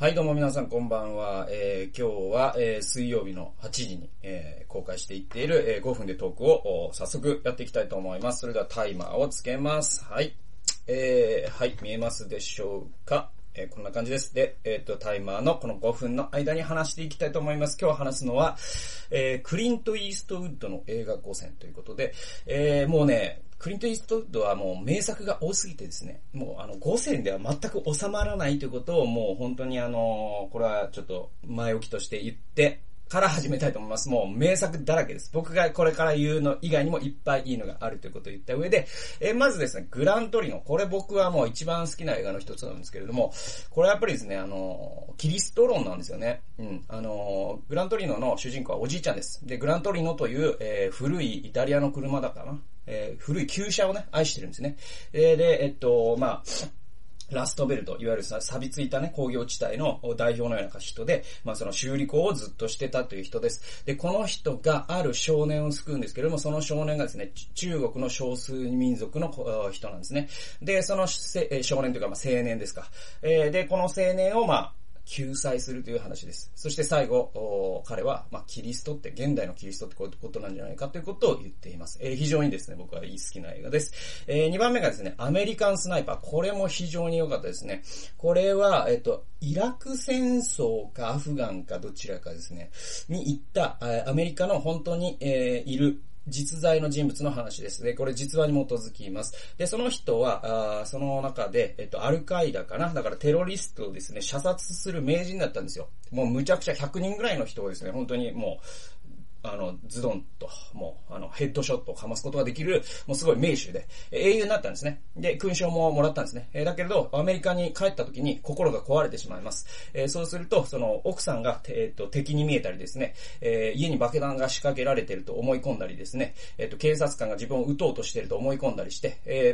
はいどうも皆さんこんばんは。今日は、水曜日の8時に、公開していっている、5分でトークを早速やっていきたいと思います。それではタイマーをつけます。はい。はい、見えますでしょうか。こんな感じです。で、タイマーのこの5分の間に話していきたいと思います。今日話すのは、クリント・イーストウッドの映画5選ということで、もうね、クリント・イーストウッドはもう名作が多すぎてですね、もう5選では全く収まらないということをもう本当にこれはちょっと前置きとして言ってから始めたいと思います。もう名作だらけです。僕がこれから言うの以外にもいっぱいいいのがあるということを言った上で、まずですね、グラントリノ。これ僕はもう一番好きな映画の一つなんですけれども、これはやっぱりですね、キリスト論なんですよね。グラントリノの主人公はおじいちゃんです。で、グラントリノという、古いイタリアの車だかな。古い旧車をね、愛してるんですね。で、ラストベルト、いわゆる錆びついたね、工業地帯の代表のような人で、その修理工をずっとしてたという人です。で、この人がある少年を救うんですけれども、その少年がですね、中国の少数民族の人なんですね。で、その少年というか、青年ですか。で、この青年を救済するという話です。そして最後、彼は、キリストって、現代のキリストってこういうことなんじゃないかということを言っています。非常にですね、僕は好きな映画です。2番目がですね、アメリカンスナイパー。これも非常に良かったですね。これは、イラク戦争かアフガンかどちらかですね、に行った、アメリカの本当に、いる、実在の人物の話です。で、これ実話に基づきます。で、その人は、その中で、アルカイダかな。だからテロリストをですね、射殺する名人だったんですよ。もうむちゃくちゃ100人ぐらいの人をですね、本当にもう、ズドンと、もう、ヘッドショットをかますことができる、もうすごい名手で、英雄になったんですね。で、勲章ももらったんですね。だけれど、アメリカに帰った時に心が壊れてしまいます。そうすると、その、奥さんが、敵に見えたりですね、家に爆弾が仕掛けられていると思い込んだりですね、警察官が自分を撃とうとしていると思い込んだりして、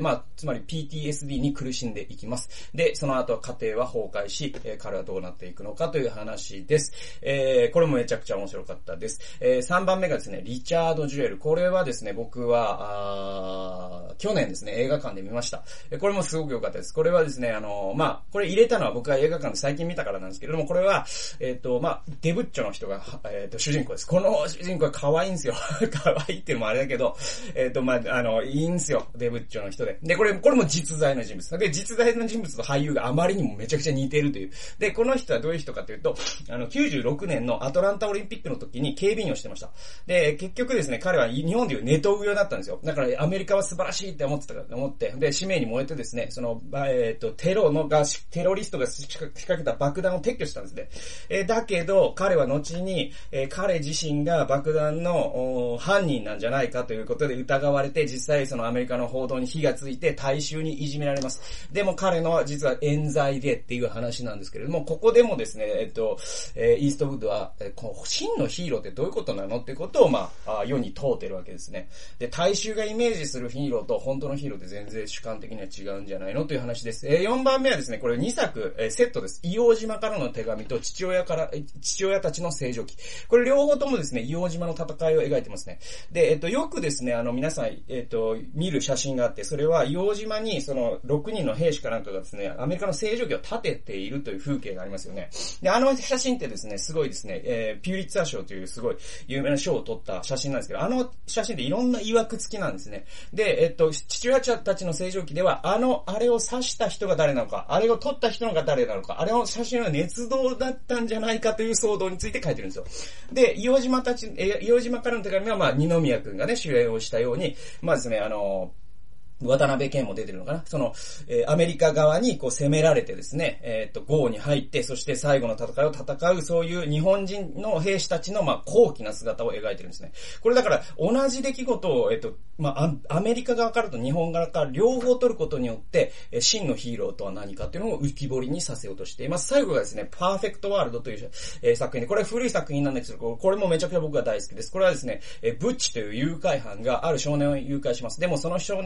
つまり PTSD に苦しんでいきます。で、その後家庭は崩壊し、彼はどうなっていくのかという話です。これもめちゃくちゃ面白かったです。3番目がですね、リチャード・ジュエル。これはですね、僕は、去年ですね、映画館で見ました。これもすごく良かったです。これはですね、これ入れたのは僕が映画館で最近見たからなんですけれども、これは、デブッチョの人が、主人公です。この主人公は可愛いんですよ。可愛いっていうのもあれだけど、いいんですよ。デブッチョの人で。で、これも実在の人物。で、実在の人物と俳優があまりにもめちゃくちゃ似てるという。で、この人はどういう人かというと、96年のアトランタオリンピックの時に警備員をしてました。で、結局ですね、彼は日本でいうネトウヨだったんですよ。だからアメリカは素晴らしいって思って、で、使命に燃えてですね、その、テロリストが仕掛けた爆弾を撤去したんですね。だけど、彼は後に、彼自身が爆弾の犯人なんじゃないかということで疑われて、実際そのアメリカの報道に火がついて大衆にいじめられます。でも彼の実は冤罪でっていう話なんですけれども、ここでもですね、イーストウッドは、真のヒーローってどういうことなのっていうことを世に問うてるわけですね。で、大衆がイメージするヒーローと本当のヒーローって全然主観的には違うんじゃないのという話です。4番目はですね、これ2作、セットです。硫黄島からの手紙と父親たちの正常期。これ両方ともですね、硫黄島の戦いを描いてますね。で、よくですね、皆さん、見る写真があって、それは硫黄島にその6人の兵士かなんかがですね、アメリカの正常期を立てているという風景がありますよね。で、写真ってですね、すごいですね、ピューリッツァー賞というすごい有名な賞を取った写真なんですけど、写真でいろんな曰く付きなんですね。で、父親たちの正常期では、あれを刺した人が誰なのか、あれを撮った人が誰なのか、あれの写真は捏造だったんじゃないかという騒動について書いてるんですよ。で、硫黄島からの手紙は、二宮くんがね、主演をしたように、ですね、渡辺謙も出てるのかな、その、アメリカ側に攻められてですね、豪に入って、そして最後の戦いを戦う、そういう日本人の兵士たちの、高貴な姿を描いてるんですね。これだから、同じ出来事を、アメリカ側からと日本側から両方取ることによって、真のヒーローとは何かっていうのを浮き彫りにさせようとしています。最後がですね、パーフェクトワールドという、作品で、これは古い作品なんですけど、これもめちゃくちゃ僕が大好きです。これはですね、ブッチという誘拐犯がある少年を誘拐します。でもその少年は実は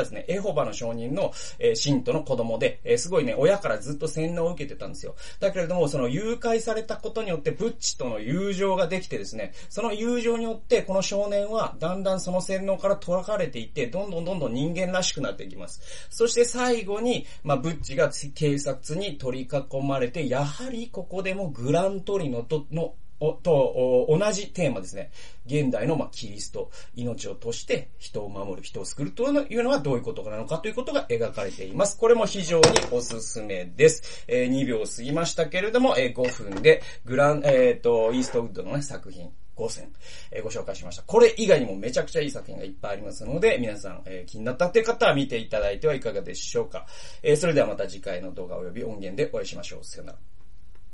ですね、エホバの証人の、信徒の子供で、すごいね、親からずっと洗脳を受けてたんですよ。だけれども、その誘拐されたことによってブッチとの友情ができてですね、その友情によってこの少年はだんだんその洗脳から解かれていって、どんどん人間らしくなっていきます。そして最後に、ブッチが警察に取り囲まれて、やはりここでもグラントリノと同じテーマですね。現代のキリスト、命を賭して人を守る、人を救うというのはどういうことなのかということが描かれています。これも非常におすすめです。2秒過ぎましたけれども、5分でイーストウッドのね、作品5選、ご紹介しました。これ以外にもめちゃくちゃいい作品がいっぱいありますので、皆さん、気になったという方は見ていただいてはいかがでしょうか。それではまた次回の動画及び音源でお会いしましょう。さよなら。